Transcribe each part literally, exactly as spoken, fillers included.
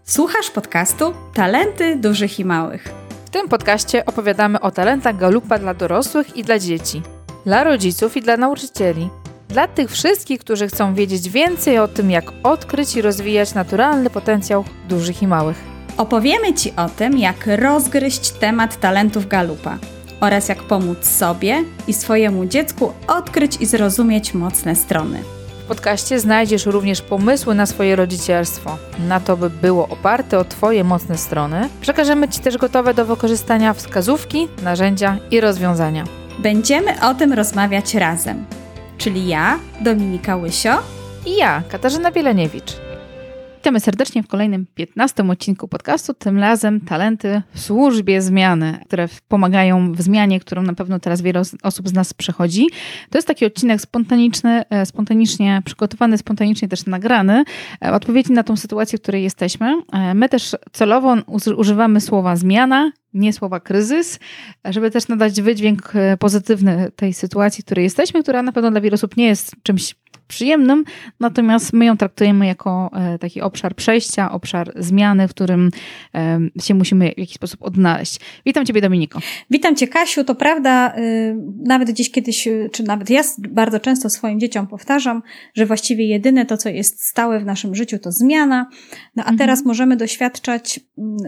Słuchasz podcastu Talenty Dużych i Małych. W tym podcaście opowiadamy o talentach Galupa dla dorosłych i dla dzieci, dla rodziców i dla nauczycieli, dla tych wszystkich, którzy chcą wiedzieć więcej o tym, jak odkryć i rozwijać naturalny potencjał dużych i małych. Opowiemy Ci o tym, jak rozgryźć temat talentów Galupa oraz jak pomóc sobie i swojemu dziecku odkryć i zrozumieć mocne strony. W podcaście znajdziesz również pomysły na swoje rodzicielstwo, na to, by było oparte o Twoje mocne strony. Przekażemy Ci też gotowe do wykorzystania wskazówki, narzędzia i rozwiązania. Będziemy o tym rozmawiać razem, czyli ja, Dominika Łysio i ja, Katarzyna Bieleniewicz. Witamy serdecznie w kolejnym piętnastym odcinku podcastu, tym razem talenty w służbie zmiany, które pomagają w zmianie, którą na pewno teraz wiele osób z nas przechodzi. To jest taki odcinek spontaniczny, spontanicznie przygotowany, spontanicznie też nagrany, odpowiedzi na tą sytuację, w której jesteśmy. My też celowo używamy słowa zmiana, nie słowa kryzys, żeby też nadać wydźwięk pozytywny tej sytuacji, w której jesteśmy, która na pewno dla wielu osób nie jest czymś przyjemnym, natomiast my ją traktujemy jako taki obszar przejścia, obszar zmiany, w którym się musimy w jakiś sposób odnaleźć. Witam Ciebie, Dominiko. Witam Cię, Kasiu. To prawda, nawet gdzieś kiedyś, czy nawet ja bardzo często swoim dzieciom powtarzam, że właściwie jedyne to, co jest stałe w naszym życiu, to zmiana. No a teraz mhm. możemy doświadczać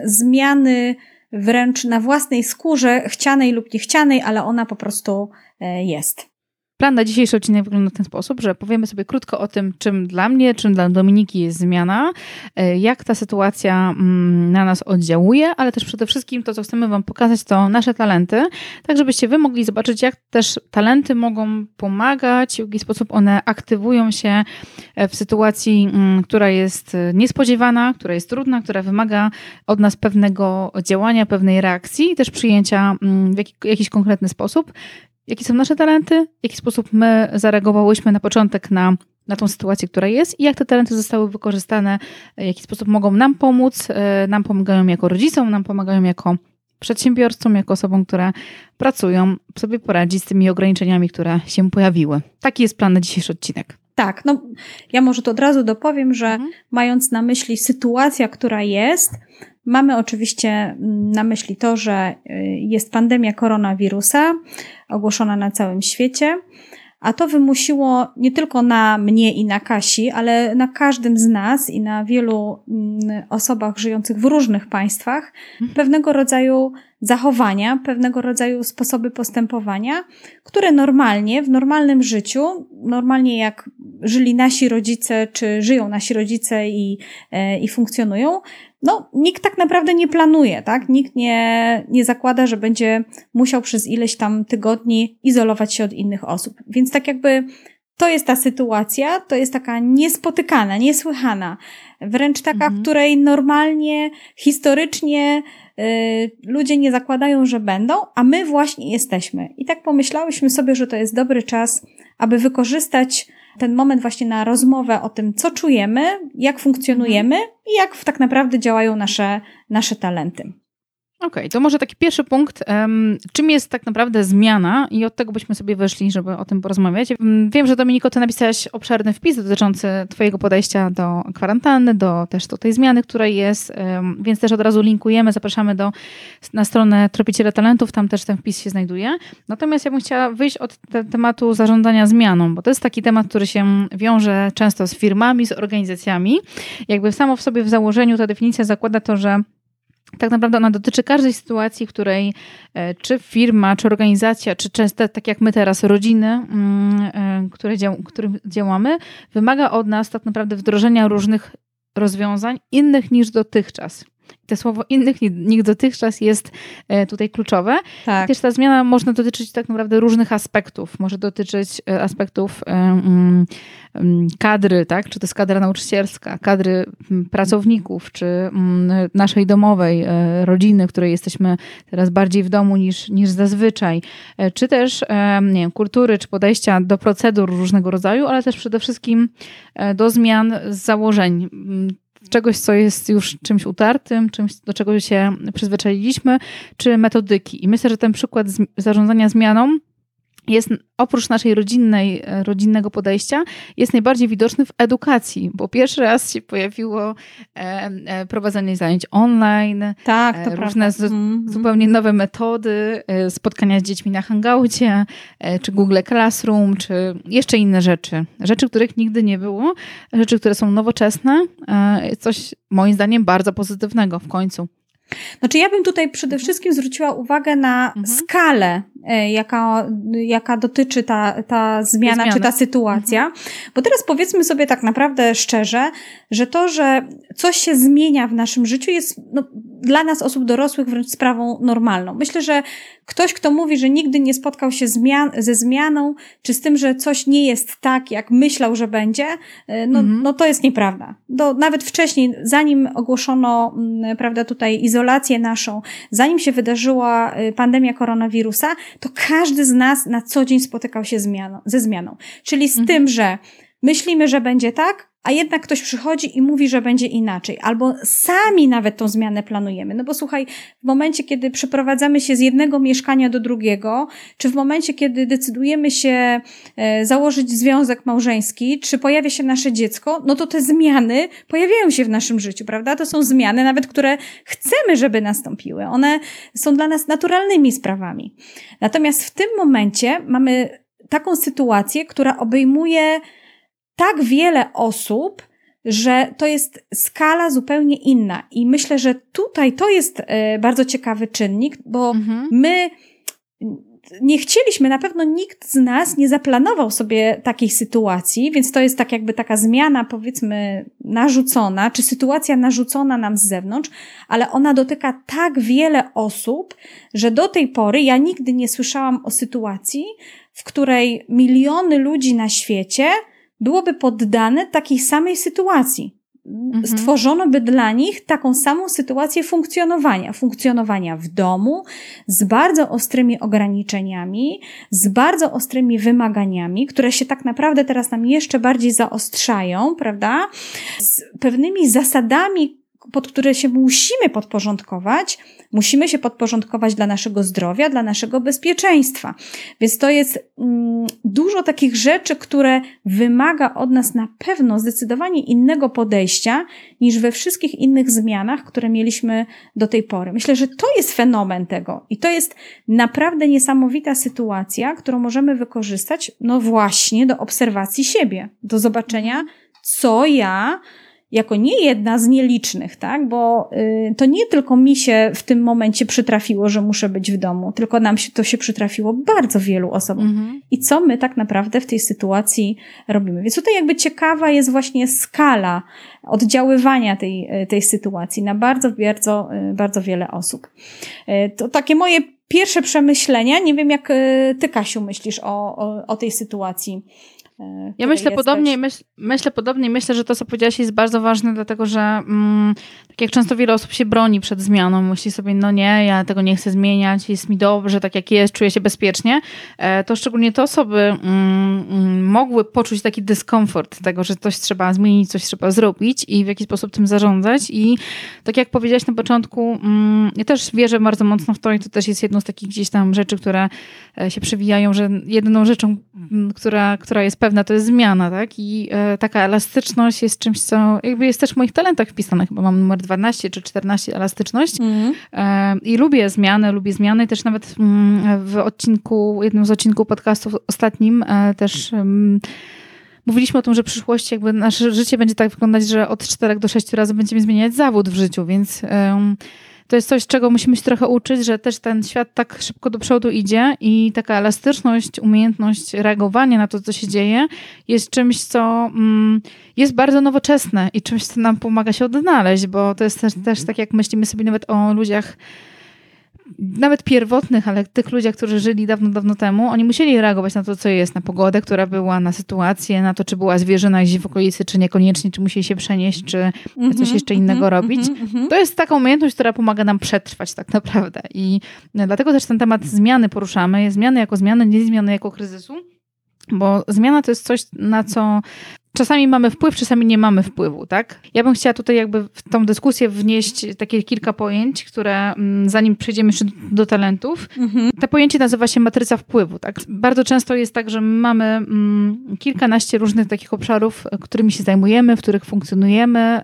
zmiany wręcz na własnej skórze, chcianej lub niechcianej, ale ona po prostu jest. Plan na dzisiejszy odcinek wygląda w ten sposób, że powiemy sobie krótko o tym, czym dla mnie, czym dla Dominiki jest zmiana, jak ta sytuacja na nas oddziałuje, ale też przede wszystkim to, co chcemy Wam pokazać, to nasze talenty, tak żebyście Wy mogli zobaczyć, jak też talenty mogą pomagać, w jaki sposób one aktywują się w sytuacji, która jest niespodziewana, która jest trudna, która wymaga od nas pewnego działania, pewnej reakcji i też przyjęcia w jakiś, jakiś konkretny sposób. Jakie są nasze talenty, w jaki sposób my zareagowałyśmy na początek na, na tą sytuację, która jest i jak te talenty zostały wykorzystane, w jaki sposób mogą nam pomóc, nam pomagają jako rodzicom, nam pomagają jako przedsiębiorcom, jako osobom, które pracują, sobie poradzić z tymi ograniczeniami, które się pojawiły. Taki jest plan na dzisiejszy odcinek. Tak, no ja może to od razu dopowiem, że mhm. mając na myśli sytuacja, która jest, mamy oczywiście na myśli to, że jest pandemia koronawirusa ogłoszona na całym świecie, a to wymusiło nie tylko na mnie i na Kasi, ale na każdym z nas i na wielu osobach żyjących w różnych państwach mhm. pewnego rodzaju zachowania, pewnego rodzaju sposoby postępowania, które normalnie, w normalnym życiu, normalnie jak żyli nasi rodzice, czy żyją nasi rodzice i, i funkcjonują, no nikt tak naprawdę nie planuje, tak? Nikt nie, nie zakłada, że będzie musiał przez ileś tam tygodni izolować się od innych osób. Więc tak jakby to jest ta sytuacja, to jest taka niespotykana, niesłychana, wręcz taka, mhm. w której normalnie, historycznie yy, ludzie nie zakładają, że będą, a my właśnie jesteśmy. I tak pomyślałyśmy sobie, że to jest dobry czas, aby wykorzystać ten moment właśnie na rozmowę o tym, co czujemy, jak funkcjonujemy i jak tak naprawdę działają nasze, nasze talenty. Okej, okay, to może taki pierwszy punkt. Um, czym jest tak naprawdę zmiana? I od tego byśmy sobie wyszli, żeby o tym porozmawiać. Wiem, że Dominiko, ty napisałaś obszerny wpis dotyczący twojego podejścia do kwarantanny, do też do tej zmiany, która jest, um, więc też od razu linkujemy, zapraszamy do, na stronę Tropiciele Talentów, tam też ten wpis się znajduje. Natomiast ja bym chciała wyjść od te, tematu zarządzania zmianą, bo to jest taki temat, który się wiąże często z firmami, z organizacjami. Jakby samo w sobie w założeniu ta definicja zakłada to, że tak naprawdę ona dotyczy każdej sytuacji, w której czy firma, czy organizacja, czy często, tak jak my teraz, rodziny, które dział, którym działamy, wymaga od nas tak naprawdę wdrożenia różnych rozwiązań innych niż dotychczas. Te słowo innych niż dotychczas jest tutaj kluczowe. Tak. I też ta zmiana może dotyczyć tak naprawdę różnych aspektów. Może dotyczyć aspektów um, um, kadry, tak? Czy to jest kadra nauczycielska, kadry pracowników, czy um, naszej domowej e, rodziny, w której jesteśmy teraz bardziej w domu niż, niż zazwyczaj. E, czy też e, nie wiem, kultury, czy podejścia do procedur różnego rodzaju, ale też przede wszystkim e, do zmian z założeń. Czegoś, co jest już czymś utartym, czymś, do czego się przyzwyczailiśmy, czy metodyki. I myślę, że ten przykład zarządzania zmianą jest oprócz naszej rodzinnej, rodzinnego podejścia, jest najbardziej widoczny w edukacji, bo pierwszy raz się pojawiło e, e, prowadzenie zajęć online, tak, to e, różne z, mm-hmm. zupełnie nowe metody, e, spotkania z dziećmi na Hangoucie, e, czy Google Classroom, czy jeszcze inne rzeczy. Rzeczy, których nigdy nie było, rzeczy, które są nowoczesne, e, coś moim zdaniem bardzo pozytywnego w końcu. Znaczy ja bym tutaj przede wszystkim zwróciła uwagę na mhm. skalę, jaka, jaka dotyczy ta, ta zmiana, czy ta sytuacja. Mhm. Bo teraz powiedzmy sobie tak naprawdę szczerze, że to, że coś się zmienia w naszym życiu jest no, dla nas osób dorosłych wręcz sprawą normalną. Myślę, że ktoś, kto mówi, że nigdy nie spotkał się zmian, ze zmianą, czy z tym, że coś nie jest tak, jak myślał, że będzie, no, mhm. no to jest nieprawda. Do, nawet wcześniej, zanim ogłoszono, prawda, tutaj izolację naszą, zanim się wydarzyła pandemia koronawirusa, to każdy z nas na co dzień spotykał się zmianą, ze zmianą. Czyli z mhm. tym, że myślimy, że będzie tak, a jednak ktoś przychodzi i mówi, że będzie inaczej. Albo sami nawet tą zmianę planujemy. No bo słuchaj, w momencie, kiedy przeprowadzamy się z jednego mieszkania do drugiego, czy w momencie, kiedy decydujemy się e, założyć związek małżeński, czy pojawia się nasze dziecko, no to te zmiany pojawiają się w naszym życiu, prawda? To są zmiany nawet, które chcemy, żeby nastąpiły. One są dla nas naturalnymi sprawami. Natomiast w tym momencie mamy taką sytuację, która obejmuje tak wiele osób, że to jest skala zupełnie inna. I myślę, że tutaj to jest bardzo ciekawy czynnik, bo mhm. my nie chcieliśmy, na pewno nikt z nas nie zaplanował sobie takiej sytuacji, więc to jest tak jakby taka zmiana, powiedzmy, narzucona, czy sytuacja narzucona nam z zewnątrz, ale ona dotyka tak wiele osób, że do tej pory ja nigdy nie słyszałam o sytuacji, w której miliony ludzi na świecie byłoby poddane takiej samej sytuacji. Mhm. Stworzono by dla nich taką samą sytuację funkcjonowania. Funkcjonowania w domu, z bardzo ostrymi ograniczeniami, z bardzo ostrymi wymaganiami, które się tak naprawdę teraz nam jeszcze bardziej zaostrzają, prawda? Z pewnymi zasadami, pod które się musimy podporządkować, musimy się podporządkować dla naszego zdrowia, dla naszego bezpieczeństwa. Więc to jest mm, dużo takich rzeczy, które wymaga od nas na pewno zdecydowanie innego podejścia niż we wszystkich innych zmianach, które mieliśmy do tej pory. Myślę, że to jest fenomen tego i to jest naprawdę niesamowita sytuacja, którą możemy wykorzystać, no właśnie do obserwacji siebie, do zobaczenia, co ja jako nie jedna z nielicznych, tak? Bo y, to nie tylko mi się w tym momencie przytrafiło, że muszę być w domu, tylko nam się to się przytrafiło bardzo wielu osobom. Mhm. I co my tak naprawdę w tej sytuacji robimy? Więc tutaj jakby ciekawa jest właśnie skala oddziaływania tej, tej sytuacji na bardzo, bardzo, bardzo wiele osób. Y, to takie moje pierwsze przemyślenia. Nie wiem, jak ty, Kasiu, myślisz o, o, o tej sytuacji. Ja myślę podobnie, myśl, myślę podobnie, myślę, że to, co powiedziałaś, jest bardzo ważne, dlatego że mm, tak jak często wiele osób się broni przed zmianą, myśli sobie, no nie, ja tego nie chcę zmieniać, jest mi dobrze, tak jak jest, czuję się bezpiecznie, e, to szczególnie te osoby mm, mogły poczuć taki dyskomfort tego, że coś trzeba zmienić, coś trzeba zrobić i w jaki sposób tym zarządzać i tak jak powiedziałaś na początku, mm, ja też wierzę bardzo mocno w to i to też jest jedną z takich gdzieś tam rzeczy, które się przewijają, że jedyną rzeczą, która, która jest pewna, to jest zmiana, tak? I e, taka elastyczność jest czymś, co jakby jest też w moich talentach wpisane. Chyba mam numer dwanaście czy czternaście, elastyczność. Mm. E, I lubię zmiany, lubię zmiany. Też nawet mm, w odcinku, jednym z odcinków podcastów ostatnim e, też mm, mówiliśmy o tym, że w przyszłości jakby nasze życie będzie tak wyglądać, że od czterech do sześciu razy będziemy zmieniać zawód w życiu, więc e, to jest coś, czego musimy się trochę uczyć, że też ten świat tak szybko do przodu idzie i taka elastyczność, umiejętność reagowania na to, co się dzieje, jest czymś, co mm, jest bardzo nowoczesne i czymś, co nam pomaga się odnaleźć, bo to jest też, też tak, jak myślimy sobie nawet o ludziach nawet pierwotnych, ale tych ludziach, którzy żyli dawno, dawno temu, oni musieli reagować na to, co jest, na pogodę, która była, na sytuację, na to, czy była zwierzyna gdzieś w okolicy, czy niekoniecznie, czy musieli się przenieść, czy mm-hmm, coś jeszcze innego mm-hmm, robić. Mm-hmm. To jest taka umiejętność, która pomaga nam przetrwać tak naprawdę. I dlatego też ten temat zmiany poruszamy. Zmiany jako zmiany, nie zmiany jako kryzysu. Bo zmiana to jest coś, na co czasami mamy wpływ, czasami nie mamy wpływu, tak? Ja bym chciała tutaj jakby w tą dyskusję wnieść takie kilka pojęć, które zanim przejdziemy jeszcze do talentów, mhm. to pojęcie nazywa się matryca wpływu, tak? Bardzo często jest tak, że mamy mm, kilkanaście różnych takich obszarów, którymi się zajmujemy, w których funkcjonujemy,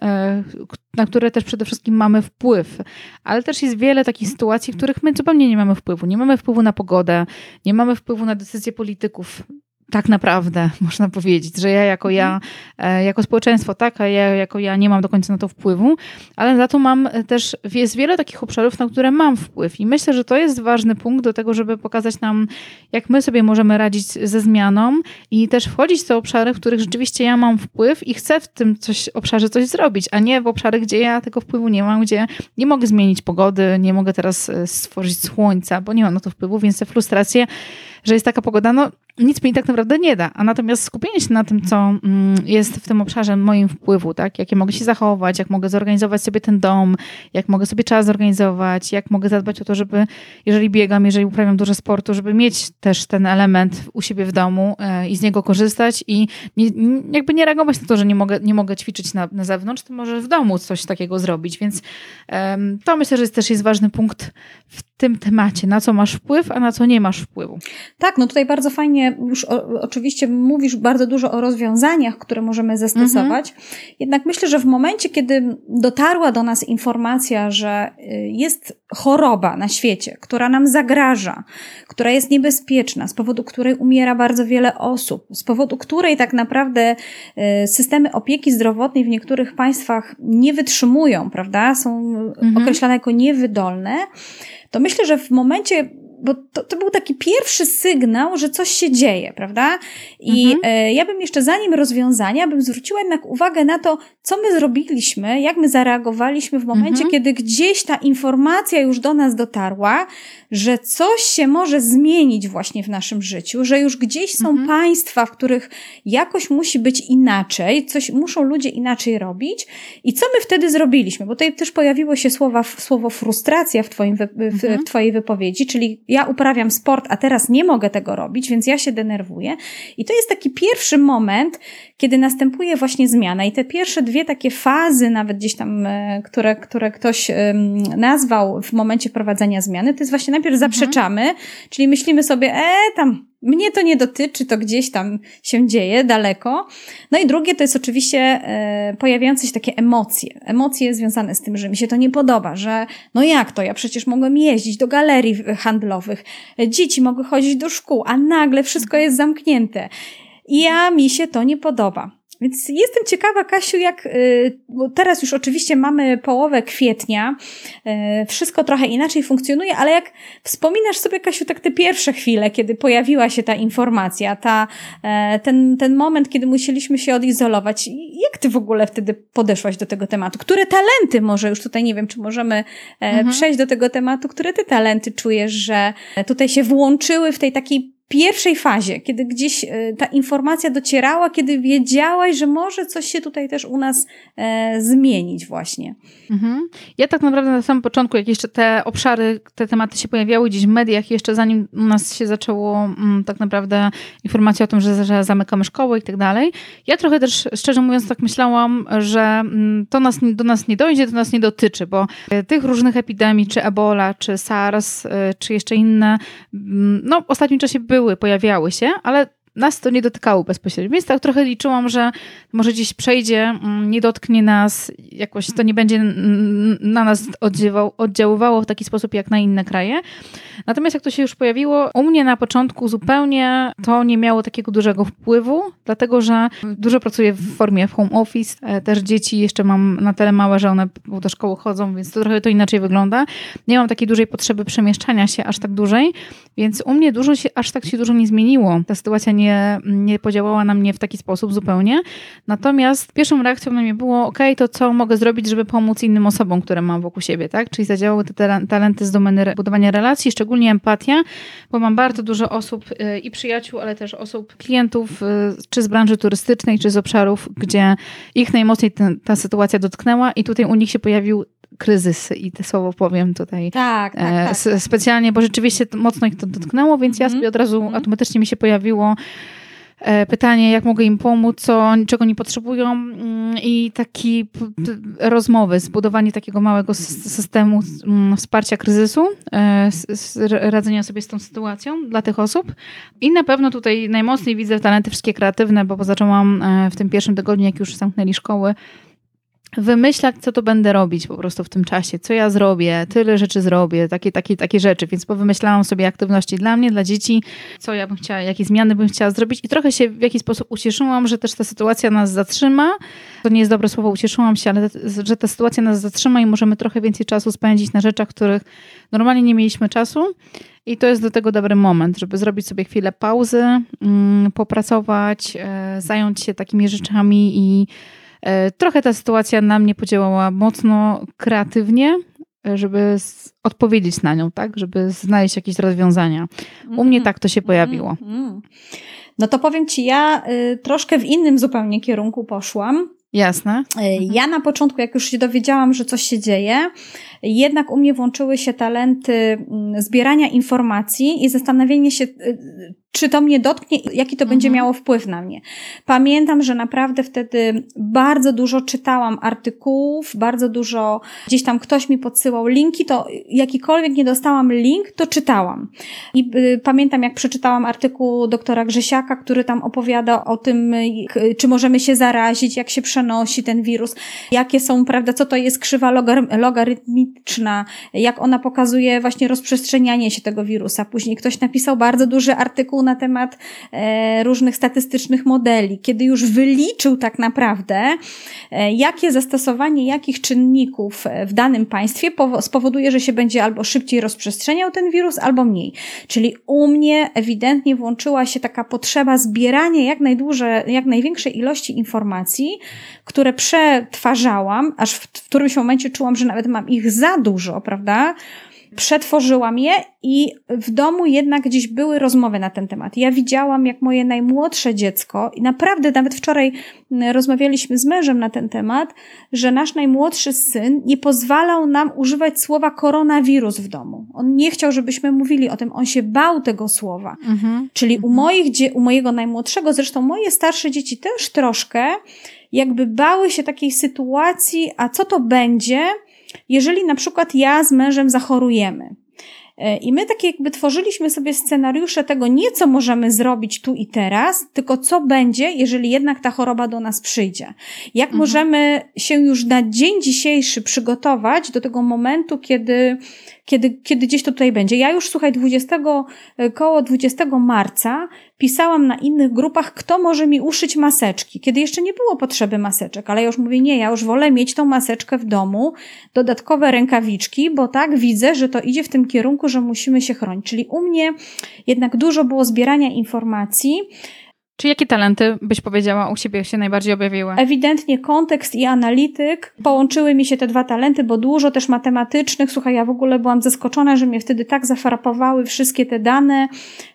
na które też przede wszystkim mamy wpływ. Ale też jest wiele takich sytuacji, w których my zupełnie nie mamy wpływu. Nie mamy wpływu na pogodę, nie mamy wpływu na decyzje polityków. Tak naprawdę można powiedzieć, że ja jako ja, jako społeczeństwo, tak, a ja jako ja nie mam do końca na to wpływu, ale za to mam też, jest wiele takich obszarów, na które mam wpływ i myślę, że to jest ważny punkt do tego, żeby pokazać nam, jak my sobie możemy radzić ze zmianą i też wchodzić w te obszary, w których rzeczywiście ja mam wpływ i chcę w tym coś, obszarze coś zrobić, a nie w obszary, gdzie ja tego wpływu nie mam, gdzie nie mogę zmienić pogody, nie mogę teraz stworzyć słońca, bo nie mam na to wpływu, więc te frustracje, że jest taka pogoda, no nic mi tak naprawdę nie da. A natomiast skupienie się na tym, co jest w tym obszarze moim wpływu, tak? Jak ja mogę się zachować, jak mogę zorganizować sobie ten dom, jak mogę sobie czas zorganizować, jak mogę zadbać o to, żeby, jeżeli biegam, jeżeli uprawiam dużo sportu, żeby mieć też ten element u siebie w domu i z niego korzystać i nie, jakby nie reagować na to, że nie mogę, nie mogę ćwiczyć na, na zewnątrz, to może w domu coś takiego zrobić. Więc um, to myślę, że jest, też jest ważny punkt w tym temacie, na co masz wpływ, a na co nie masz wpływu. Tak, no tutaj bardzo fajnie już o, oczywiście mówisz bardzo dużo o rozwiązaniach, które możemy zastosować. Mhm. Jednak myślę, że w momencie, kiedy dotarła do nas informacja, że jest choroba na świecie, która nam zagraża, która jest niebezpieczna, z powodu której umiera bardzo wiele osób, z powodu której tak naprawdę systemy opieki zdrowotnej w niektórych państwach nie wytrzymują, prawda? Są mhm. określane jako niewydolne, to myślę, że w momencie, bo to, to był taki pierwszy sygnał, że coś się dzieje, prawda? I mhm. e, ja bym jeszcze zanim rozwiązania, bym zwróciła jednak uwagę na to, co my zrobiliśmy, jak my zareagowaliśmy w momencie, mhm. kiedy gdzieś ta informacja już do nas dotarła, że coś się może zmienić właśnie w naszym życiu, że już gdzieś są mhm. państwa, w których jakoś musi być inaczej, coś muszą ludzie inaczej robić. I co my wtedy zrobiliśmy? Bo tutaj też pojawiło się słowa, słowo frustracja w, twoim, w, mhm. w twojej wypowiedzi, czyli ja uprawiam sport, a teraz nie mogę tego robić, więc ja się denerwuję. I to jest taki pierwszy moment, kiedy następuje właśnie zmiana. I te pierwsze dwie takie fazy, nawet gdzieś tam, które, które ktoś nazwał w momencie wprowadzenia zmiany, to jest właśnie najpierw zaprzeczamy, mhm. czyli myślimy sobie, e, tam, mnie to nie dotyczy, to gdzieś tam się dzieje, daleko. No i drugie to jest oczywiście e, pojawiające się takie emocje. Emocje związane z tym, że mi się to nie podoba, że no jak to, ja przecież mogłem jeździć do galerii handlowych, dzieci mogły chodzić do szkół, a nagle wszystko jest zamknięte. I ja, mi się to nie podoba. Więc jestem ciekawa, Kasiu, jak, bo teraz już oczywiście mamy połowę kwietnia, wszystko trochę inaczej funkcjonuje, ale jak wspominasz sobie, Kasiu, tak te pierwsze chwile, kiedy pojawiła się ta informacja, ta, ten, ten moment, kiedy musieliśmy się odizolować, jak ty w ogóle wtedy podeszłaś do tego tematu? Które talenty, może już tutaj nie wiem, czy możemy mhm. przejść do tego tematu, które ty talenty czujesz, że tutaj się włączyły w tej takiej pierwszej fazie, kiedy gdzieś ta informacja docierała, kiedy wiedziałaś, że może coś się tutaj też u nas e, zmienić właśnie. Mhm. Ja tak naprawdę na samym początku, jak jeszcze te obszary, te tematy się pojawiały gdzieś w mediach, jeszcze zanim u nas się zaczęło m, tak naprawdę informacja o tym, że, że zamykamy szkoły i tak dalej, ja trochę też, szczerze mówiąc, tak myślałam, że m, to nas, do nas nie dojdzie, to nas nie dotyczy, bo tych różnych epidemii, czy Ebola, czy SARS, czy jeszcze inne, m, no w ostatnim czasie były, pojawiały się, ale nas to nie dotykało bezpośrednio, więc tak trochę liczyłam, że może gdzieś przejdzie, nie dotknie nas, jakoś to nie będzie na nas oddziaływało w taki sposób jak na inne kraje. Natomiast jak to się już pojawiło, u mnie na początku zupełnie to nie miało takiego dużego wpływu, dlatego że dużo pracuję w formie home office, też dzieci jeszcze mam na tyle małe, że one do szkoły chodzą, więc to trochę to inaczej wygląda. Nie mam takiej dużej potrzeby przemieszczania się aż tak dłużej, więc u mnie dużo się, aż tak się dużo nie zmieniło. Ta sytuacja nie Nie, nie podziałała na mnie w taki sposób zupełnie. Natomiast pierwszą reakcją na mnie było, okej, okay, to co mogę zrobić, żeby pomóc innym osobom, które mam wokół siebie, tak? Czyli zadziałały te talenty z domeny budowania relacji, szczególnie empatia, bo mam bardzo dużo osób i przyjaciół, ale też osób, klientów, czy z branży turystycznej, czy z obszarów, gdzie ich najmocniej ten, ta sytuacja dotknęła i tutaj u nich się pojawił kryzys i te słowo powiem tutaj tak, tak, tak, tak. specjalnie, bo rzeczywiście mocno ich to dotknęło, więc mm-hmm. ja sobie od razu mm-hmm. automatycznie mi się pojawiło pytanie, jak mogę im pomóc, co, czego nie potrzebują i taki rozmowy, zbudowanie takiego małego systemu wsparcia kryzysu, radzenia sobie z tą sytuacją dla tych osób. I na pewno tutaj najmocniej widzę talenty wszystkie kreatywne, bo zaczęłam w tym pierwszym tygodniu, jak już zamknęli szkoły, wymyślać, co to będę robić po prostu w tym czasie, co ja zrobię, tyle rzeczy zrobię, takie, takie, takie rzeczy, więc powymyślałam sobie aktywności dla mnie, dla dzieci, co ja bym chciała, jakie zmiany bym chciała zrobić i trochę się w jakiś sposób ucieszyłam, że też ta sytuacja nas zatrzyma, to nie jest dobre słowo, ucieszyłam się, ale że ta sytuacja nas zatrzyma i możemy trochę więcej czasu spędzić na rzeczach, których normalnie nie mieliśmy czasu. I to jest do tego dobry moment, żeby zrobić sobie chwilę pauzy, mm, popracować, e, zająć się takimi rzeczami i trochę ta sytuacja na mnie podziałała mocno kreatywnie, żeby odpowiedzieć na nią, tak? Żeby znaleźć jakieś rozwiązania. U mnie tak to się pojawiło. No to powiem Ci, ja y, troszkę w innym zupełnie kierunku poszłam. Jasne. Ja na początku, jak już się dowiedziałam, że coś się dzieje, jednak u mnie włączyły się talenty zbierania informacji i zastanawianie się, czy to mnie dotknie, jaki to mhm. będzie miało wpływ na mnie. Pamiętam, że naprawdę wtedy bardzo dużo czytałam artykułów, bardzo dużo, gdzieś tam ktoś mi podsyłał linki, to jakikolwiek nie dostałam link, to czytałam. I y, pamiętam, jak przeczytałam artykuł doktora Grzesiaka, który tam opowiada o tym, y, czy możemy się zarazić, jak się przenosi ten wirus, jakie są, prawda, co to jest krzywa logar- logarytmiczna, jak ona pokazuje właśnie rozprzestrzenianie się tego wirusa. Później ktoś napisał bardzo duży artykuł na temat e, różnych statystycznych modeli, kiedy już wyliczył tak naprawdę, e, jakie zastosowanie jakich czynników w danym państwie powo- spowoduje, że się będzie albo szybciej rozprzestrzeniał ten wirus, albo mniej. Czyli u mnie ewidentnie włączyła się taka potrzeba zbierania jak najdłużej, jak największej ilości informacji, które przetwarzałam, aż w, w którymś momencie czułam, że nawet mam ich za dużo, prawda? Przetworzyłam je i w domu jednak gdzieś były rozmowy na ten temat. Ja widziałam, jak moje najmłodsze dziecko, i naprawdę nawet wczoraj rozmawialiśmy z mężem na ten temat, że nasz najmłodszy syn nie pozwalał nam używać słowa koronawirus w domu. On nie chciał, żebyśmy mówili o tym. On się bał tego słowa. Mhm. Czyli u moich, u mojego najmłodszego, zresztą moje starsze dzieci też troszkę jakby bały się takiej sytuacji, a co to będzie, jeżeli na przykład ja z mężem zachorujemy. I my tak jakby tworzyliśmy sobie scenariusze tego nie, co możemy zrobić tu i teraz, tylko co będzie, jeżeli jednak ta choroba do nas przyjdzie. Jak mhm. możemy się już na dzień dzisiejszy przygotować do tego momentu, kiedy, kiedy, kiedy gdzieś to tutaj będzie. Ja już, słuchaj, dwudziestego, koło dwudziestego marca pisałam na innych grupach, kto może mi uszyć maseczki, kiedy jeszcze nie było potrzeby maseczek, ale ja już mówię, nie, ja już wolę mieć tą maseczkę w domu, dodatkowe rękawiczki, bo tak widzę, że to idzie w tym kierunku, że musimy się chronić. Czyli u mnie jednak dużo było zbierania informacji. Czy jakie talenty, byś powiedziała, u siebie się najbardziej objawiły? Ewidentnie kontekst i analityk. Połączyły mi się te dwa talenty, bo dużo też matematycznych. Słuchaj, ja w ogóle byłam zaskoczona, że mnie wtedy tak zafrapowały wszystkie te dane.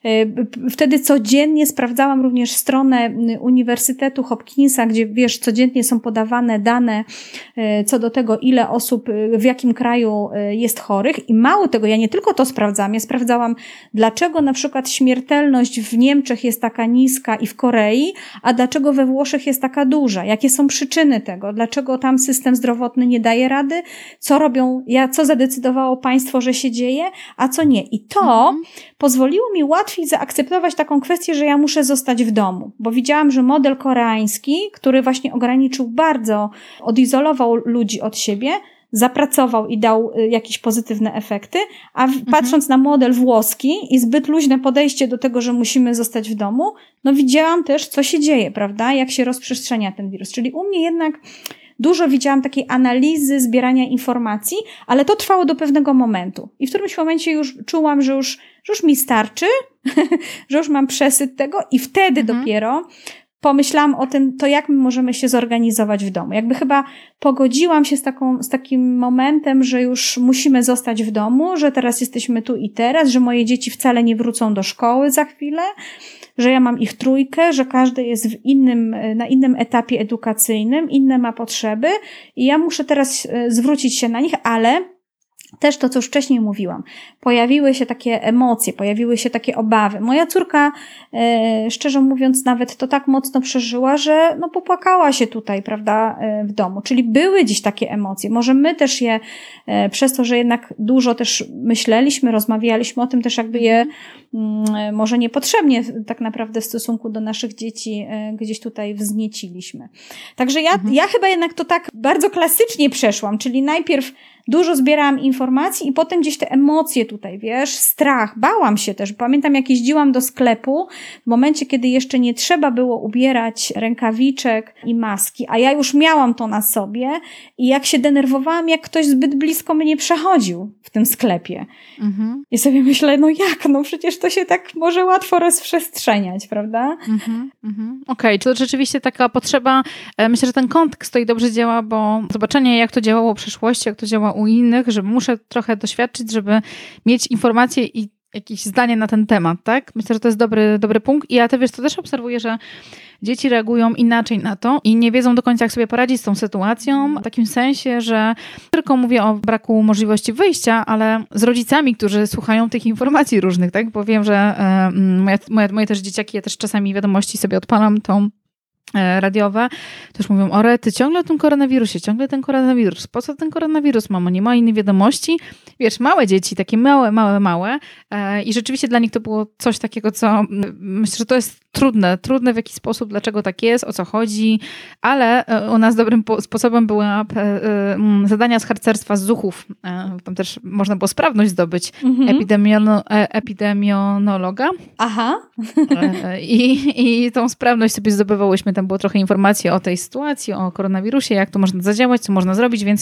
Wtedy codziennie sprawdzałam również stronę Uniwersytetu Hopkinsa, gdzie wiesz, codziennie są podawane dane co do tego, ile osób w jakim kraju jest chorych. I mało tego, ja nie tylko to sprawdzałam, ja sprawdzałam, dlaczego na przykład śmiertelność w Niemczech jest taka niska i w Korei, a dlaczego we Włoszech jest taka duża? Jakie są przyczyny tego? Dlaczego tam system zdrowotny nie daje rady? Co robią, ja, co zadecydowało państwo, że się dzieje, a co nie? I to mhm. pozwoliło mi łatwiej zaakceptować taką kwestię, że ja muszę zostać w domu, bo widziałam, że model koreański, który właśnie ograniczył bardzo, odizolował ludzi od siebie, zapracował i dał jakieś pozytywne efekty, a w, mhm. patrząc na model włoski i zbyt luźne podejście do tego, że musimy zostać w domu, no widziałam też, co się dzieje, prawda, jak się rozprzestrzenia ten wirus. Czyli u mnie jednak dużo widziałam takiej analizy, zbierania informacji, ale to trwało do pewnego momentu. I w którymś momencie już czułam, że już, że już mi starczy, że już mam przesyt tego i wtedy mhm. dopiero pomyślałam o tym, to jak my możemy się zorganizować w domu. Jakby chyba pogodziłam się z taką, z takim momentem, że już musimy zostać w domu, że teraz jesteśmy tu i teraz, że moje dzieci wcale nie wrócą do szkoły za chwilę, że ja mam ich trójkę, że każdy jest w innym, na innym etapie edukacyjnym, inne ma potrzeby i ja muszę teraz zwrócić się na nich, ale też to, co już wcześniej mówiłam, pojawiły się takie emocje, pojawiły się takie obawy. Moja córka, e, szczerze mówiąc, nawet to tak mocno przeżyła, że no popłakała się tutaj, prawda, e, w domu. Czyli były dziś takie emocje. Może my też je, e, przez to, że jednak dużo też myśleliśmy, rozmawialiśmy o tym, też jakby je mm, może niepotrzebnie tak naprawdę w stosunku do naszych dzieci e, gdzieś tutaj wznieciliśmy. Także ja, mhm. ja chyba jednak to tak bardzo klasycznie przeszłam, czyli najpierw dużo zbierałam informacji i potem gdzieś te emocje tutaj, wiesz, strach, bałam się też. Pamiętam, jak jeździłam do sklepu w momencie, kiedy jeszcze nie trzeba było ubierać rękawiczek i maski, a ja już miałam to na sobie i jak się denerwowałam, jak ktoś zbyt blisko mnie przechodził w tym sklepie. Mhm. I sobie myślę, no jak, no przecież to się tak może łatwo rozprzestrzeniać, prawda? Mhm, mhm. Okej, okay, czy to rzeczywiście taka potrzeba, myślę, że ten kontekst tutaj dobrze działa, bo zobaczenie, jak to działało w przeszłości, jak to działa u innych, że muszę trochę doświadczyć, żeby mieć informacje i jakieś zdanie na ten temat, tak? Myślę, że to jest dobry, dobry punkt i ja to, wiesz, to też obserwuję, że dzieci reagują inaczej na to i nie wiedzą do końca, jak sobie poradzić z tą sytuacją, w takim sensie, że tylko mówię o braku możliwości wyjścia, ale z rodzicami, którzy słuchają tych informacji różnych, tak? Bo wiem, że e, moje, moje, moje też dzieciaki, ja też czasami wiadomości sobie odpalam tą radiowe, też mówią, o rety, ciągle o tym koronawirusie, ciągle ten koronawirus. Po co ten koronawirus, mamo? Nie ma innej wiadomości. Wiesz, małe dzieci, takie małe, małe, małe e, i rzeczywiście dla nich to było coś takiego, co myślę, że to jest trudne, trudne w jakiś sposób, dlaczego tak jest, o co chodzi, ale u nas dobrym po- sposobem były e, e, zadania z harcerstwa z zuchów. E, tam też można było sprawność zdobyć mhm. epidemiono, e, epidemionologa. Aha. E, i, I tą sprawność sobie zdobywałyśmy. Tam było trochę informacji o tej sytuacji, o koronawirusie, jak to można zadziałać, co można zrobić, więc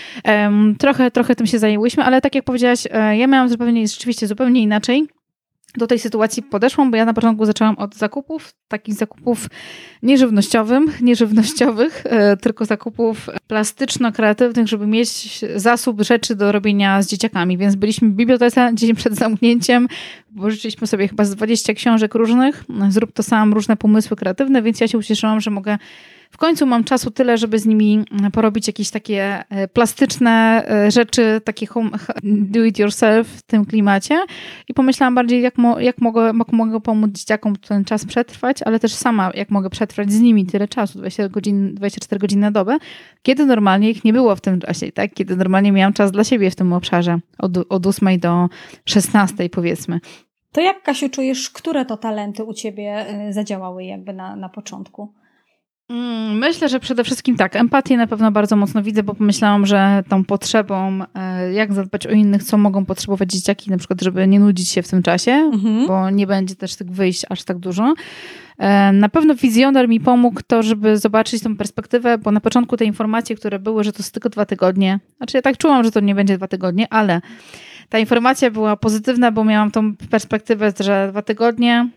um, trochę, trochę tym się zajęłyśmy, ale tak jak powiedziałaś, ja miałam zupełnie, rzeczywiście zupełnie inaczej do tej sytuacji podeszłam, bo ja na początku zaczęłam od zakupów, takich zakupów nieżywnościowych, nieżywnościowych, tylko zakupów plastyczno-kreatywnych, żeby mieć zasób rzeczy do robienia z dzieciakami, więc byliśmy w bibliotece dzień przed zamknięciem, pożyczyliśmy sobie chyba z dwadzieścia książek różnych, zrób to sam, różne pomysły kreatywne, więc ja się ucieszyłam, że mogę w końcu mam czasu tyle, żeby z nimi porobić jakieś takie plastyczne rzeczy, takie home, do it yourself w tym klimacie i pomyślałam bardziej, jak, mo, jak, mogę, jak mogę pomóc dzieciakom ten czas przetrwać, ale też sama, jak mogę przetrwać z nimi tyle czasu, dwadzieścia godzin, dwadzieścia cztery godziny na dobę, kiedy normalnie ich nie było w tym czasie, tak? Kiedy normalnie miałam czas dla siebie w tym obszarze, od, od ósmej do szesnastej powiedzmy. To jak, Kasiu, czujesz, które to talenty u ciebie zadziałały jakby na, na początku? Myślę, że przede wszystkim tak, empatię na pewno bardzo mocno widzę, bo pomyślałam, że tą potrzebą, jak zadbać o innych, co mogą potrzebować dzieciaki, na przykład, żeby nie nudzić się w tym czasie, mhm. bo nie będzie też tych wyjść aż tak dużo. Na pewno wizjoner mi pomógł to, żeby zobaczyć tą perspektywę, bo na początku te informacje, które były, że to jest tylko dwa tygodnie, znaczy ja tak czułam, że to nie będzie dwa tygodnie, ale ta informacja była pozytywna, bo miałam tą perspektywę, że dwa tygodnie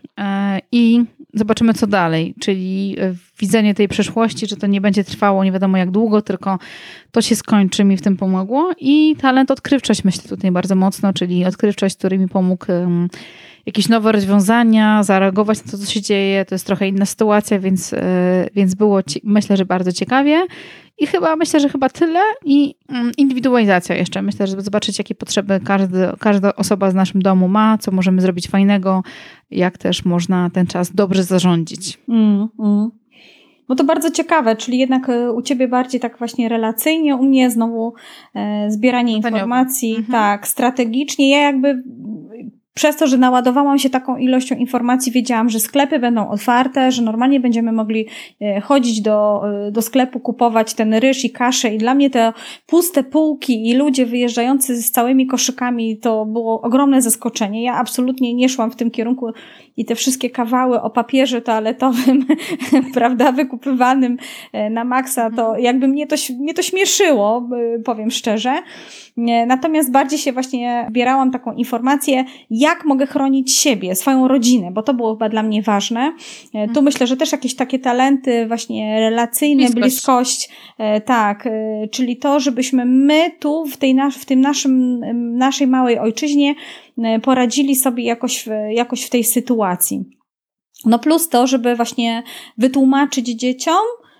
i zobaczymy, co dalej, czyli widzenie tej przyszłości, że to nie będzie trwało nie wiadomo jak długo, tylko to się skończy, mi w tym pomogło. I talent odkrywczość myślę tutaj bardzo mocno, czyli odkrywczość, który mi pomógł um, jakieś nowe rozwiązania, zareagować na to, co się dzieje. To jest trochę inna sytuacja, więc, yy, więc było ci- myślę, że bardzo ciekawie. I chyba myślę, że chyba tyle i um, indywidualizacja jeszcze. Myślę, żeby zobaczyć, jakie potrzeby każdy, każda osoba z naszym domu ma, co możemy zrobić fajnego, jak też można ten czas dobrze zarządzić. Mm, mm. No to bardzo ciekawe, czyli jednak u ciebie bardziej tak właśnie relacyjnie, u mnie znowu e, zbieranie informacji, mhm. tak, strategicznie. Ja jakby przez to, że naładowałam się taką ilością informacji, wiedziałam, że sklepy będą otwarte, że normalnie będziemy mogli chodzić do, do sklepu, kupować ten ryż i kaszę i dla mnie te puste półki i ludzie wyjeżdżający z całymi koszykami to było ogromne zaskoczenie. Ja absolutnie nie szłam w tym kierunku i te wszystkie kawały o papierze toaletowym, prawda, wykupywanym na maksa, to jakby mnie to, mnie to śmieszyło, powiem szczerze. Natomiast bardziej się właśnie zbierałam taką informację, jak mogę chronić siebie, swoją rodzinę, bo to było chyba dla mnie ważne. Tu hmm. myślę, że też jakieś takie talenty właśnie relacyjne, bliskość, bliskość tak, czyli to, żebyśmy my tu w tej nas- w tym naszym, naszej małej ojczyźnie poradzili sobie jakoś, jakoś w tej sytuacji. No plus to, żeby właśnie wytłumaczyć dzieciom,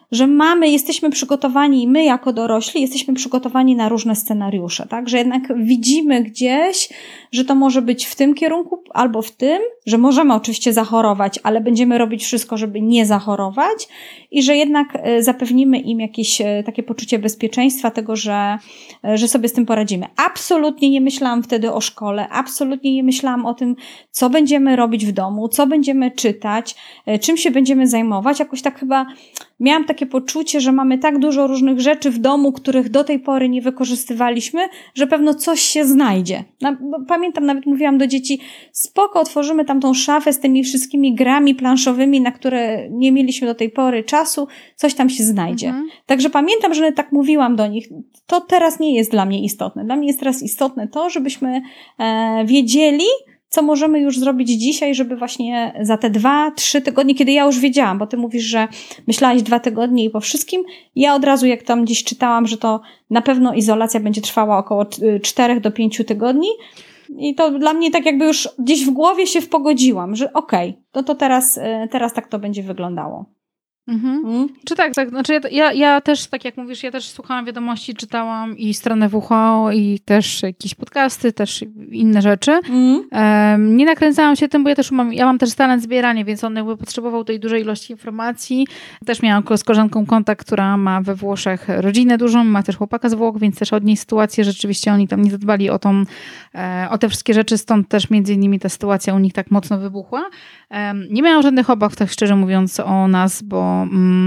że mamy, jesteśmy przygotowani, my jako dorośli jesteśmy przygotowani na różne scenariusze, tak? Że jednak widzimy gdzieś, że to może być w tym kierunku albo w tym, że możemy oczywiście zachorować, ale będziemy robić wszystko, żeby nie zachorować i że jednak zapewnimy im jakieś takie poczucie bezpieczeństwa, tego, że, że sobie z tym poradzimy. Absolutnie nie myślałam wtedy o szkole, absolutnie nie myślałam o tym, co będziemy robić w domu, co będziemy czytać, czym się będziemy zajmować. Jakoś tak chyba miałam takie poczucie, że mamy tak dużo różnych rzeczy w domu, których do tej pory nie wykorzystywaliśmy, że pewno coś się znajdzie. Pamiętam, nawet mówiłam do dzieci, spoko, otworzymy tam tą szafę z tymi wszystkimi grami planszowymi, na które nie mieliśmy do tej pory czasu, coś tam się znajdzie. Mhm. Także pamiętam, że tak mówiłam do nich, to teraz nie jest dla mnie istotne. Dla mnie jest teraz istotne to, żebyśmy e, wiedzieli, co możemy już zrobić dzisiaj, żeby właśnie za te dwa, trzy tygodnie, kiedy ja już wiedziałam, bo ty mówisz, że myślałaś dwa tygodnie i po wszystkim, ja od razu jak tam gdzieś czytałam, że to na pewno izolacja będzie trwała około czterech do pięciu tygodni i to dla mnie tak jakby już gdzieś w głowie się wpogodziłam, że okej, okay, to, to teraz, teraz tak to będzie wyglądało. Mhm. Hmm? Czy tak, tak. Znaczy ja, ja, ja też, tak jak mówisz, ja też słuchałam wiadomości, czytałam i stronę W H O i też jakieś podcasty, też inne rzeczy. Mm. Um, nie nakręcałam się tym, bo ja też mam, ja mam też talent zbierania, więc on jakby potrzebował tej dużej ilości informacji. Też miałam z koleżanką kontakt, która ma we Włoszech rodzinę dużą, ma też chłopaka z Włoch, więc też od niej sytuację, rzeczywiście oni tam nie zadbali o tą, e, o te wszystkie rzeczy, stąd też między innymi ta sytuacja u nich tak mocno wybuchła. Um, nie miałam żadnych obaw, tak szczerze mówiąc, o nas, bo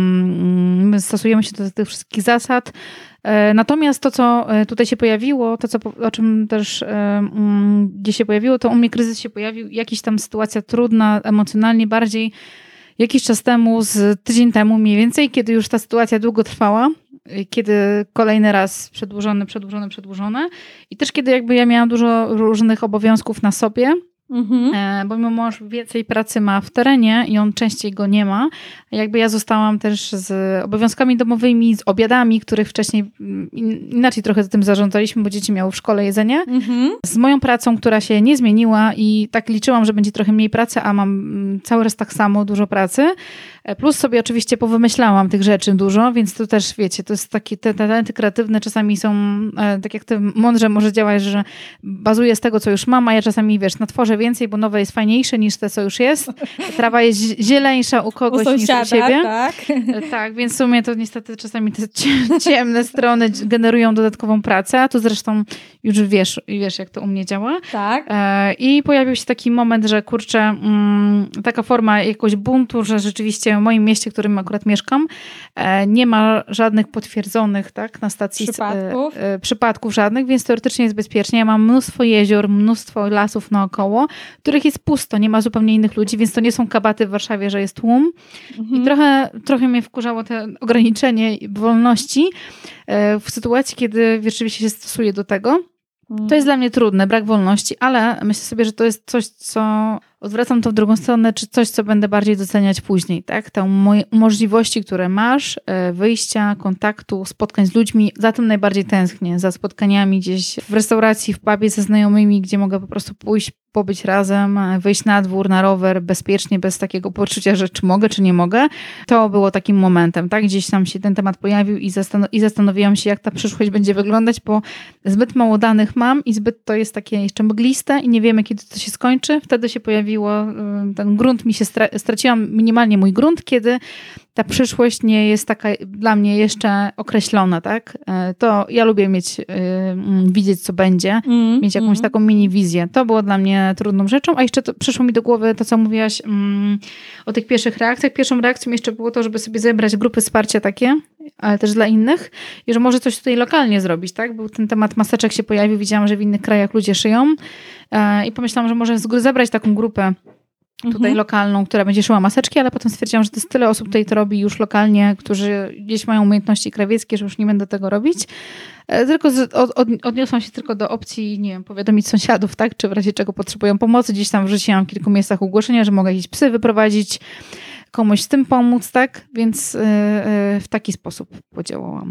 my stosujemy się do tych wszystkich zasad. Natomiast to, co tutaj się pojawiło, to, co, o czym też gdzieś się pojawiło, to u mnie kryzys się pojawił, jakaś tam sytuacja trudna, emocjonalnie bardziej jakiś czas temu, z tydzień temu mniej więcej, kiedy już ta sytuacja długo trwała, kiedy kolejny raz przedłużone, przedłużone, przedłużone i też kiedy jakby ja miałam dużo różnych obowiązków na sobie, Mhm. bo mój mąż więcej pracy ma w terenie i on częściej go nie ma. Jakby ja zostałam też z obowiązkami domowymi, z obiadami, których wcześniej inaczej trochę tym zarządzaliśmy, bo dzieci miały w szkole jedzenie. Mhm. Z moją pracą, która się nie zmieniła i tak liczyłam, że będzie trochę mniej pracy, a mam cały raz tak samo dużo pracy. Plus sobie oczywiście powymyślałam tych rzeczy dużo, więc to też wiecie, to jest takie, te talenty kreatywne czasami są, tak jak ty mądrze może działać, że bazuje z tego, co już mam, a ja czasami, wiesz, natworzę więcej, bo nowe jest fajniejsze niż te, co już jest. Trawa jest zieleńsza u kogoś u sąsiada, niż u siebie. Tak. tak, więc w sumie to niestety czasami te ciemne strony generują dodatkową pracę, a tu zresztą już wiesz, wiesz jak to u mnie działa. Tak. I pojawił się taki moment, że kurczę, taka forma jakiegoś buntu, że rzeczywiście w moim mieście, w którym akurat mieszkam, nie ma żadnych potwierdzonych tak, na stacji przypadków. E, e, przypadków żadnych, więc teoretycznie jest bezpiecznie. Ja mam mnóstwo jezior, mnóstwo lasów naokoło, których jest pusto, nie ma zupełnie innych ludzi, więc to nie są kabaty w Warszawie, że jest tłum. Mhm. I trochę, trochę mnie wkurzało to ograniczenie wolności e, w sytuacji, kiedy rzeczywiście się stosuje do tego. Mhm. To jest dla mnie trudne, brak wolności, ale myślę sobie, że to jest coś, co odwracam to w drugą stronę, czy coś, co będę bardziej doceniać później, tak? Te moje możliwości, które masz, wyjścia, kontaktu, spotkań z ludźmi, za tym najbardziej tęsknię, za spotkaniami gdzieś w restauracji, w pubie ze znajomymi, gdzie mogę po prostu pójść, pobyć razem, wyjść na dwór, na rower, bezpiecznie, bez takiego poczucia, że czy mogę, czy nie mogę. To było takim momentem, tak? Gdzieś tam się ten temat pojawił i, zastan- i zastanowiłam się, jak ta przyszłość będzie wyglądać, bo zbyt mało danych mam i zbyt to jest takie jeszcze mgliste i nie wiemy, kiedy to się skończy. Wtedy się pojawiło ten grunt, mi się stra- straciłam minimalnie mój grunt, kiedy ta przyszłość nie jest taka dla mnie jeszcze określona, tak? To ja lubię mieć, yy, widzieć, co będzie, mm, mieć jakąś mm. taką mini wizję. To było dla mnie trudną rzeczą, a jeszcze to, przyszło mi do głowy to, co mówiłaś mm, o tych pierwszych reakcjach. Pierwszą reakcją jeszcze było to, żeby sobie zebrać grupy wsparcia takie, ale też dla innych i że może coś tutaj lokalnie zrobić, tak? Był ten temat maseczek się pojawił, widziałam, że w innych krajach ludzie szyją yy, i pomyślałam, że może zebrać taką grupę tutaj mhm. lokalną, która będzie szyła maseczki, ale potem stwierdziłam, że to jest tyle osób tutaj to robi już lokalnie, którzy gdzieś mają umiejętności krawieckie, że już nie będę tego robić. Tylko z, od, od, odniosłam się tylko do opcji, nie wiem, powiadomić sąsiadów, tak, czy w razie czego potrzebują pomocy. Gdzieś tam wrzuciłam w kilku miejscach ogłoszenia, że mogę jakieś psy wyprowadzić, komuś z tym pomóc, tak, więc yy, yy, w taki sposób podziałałam.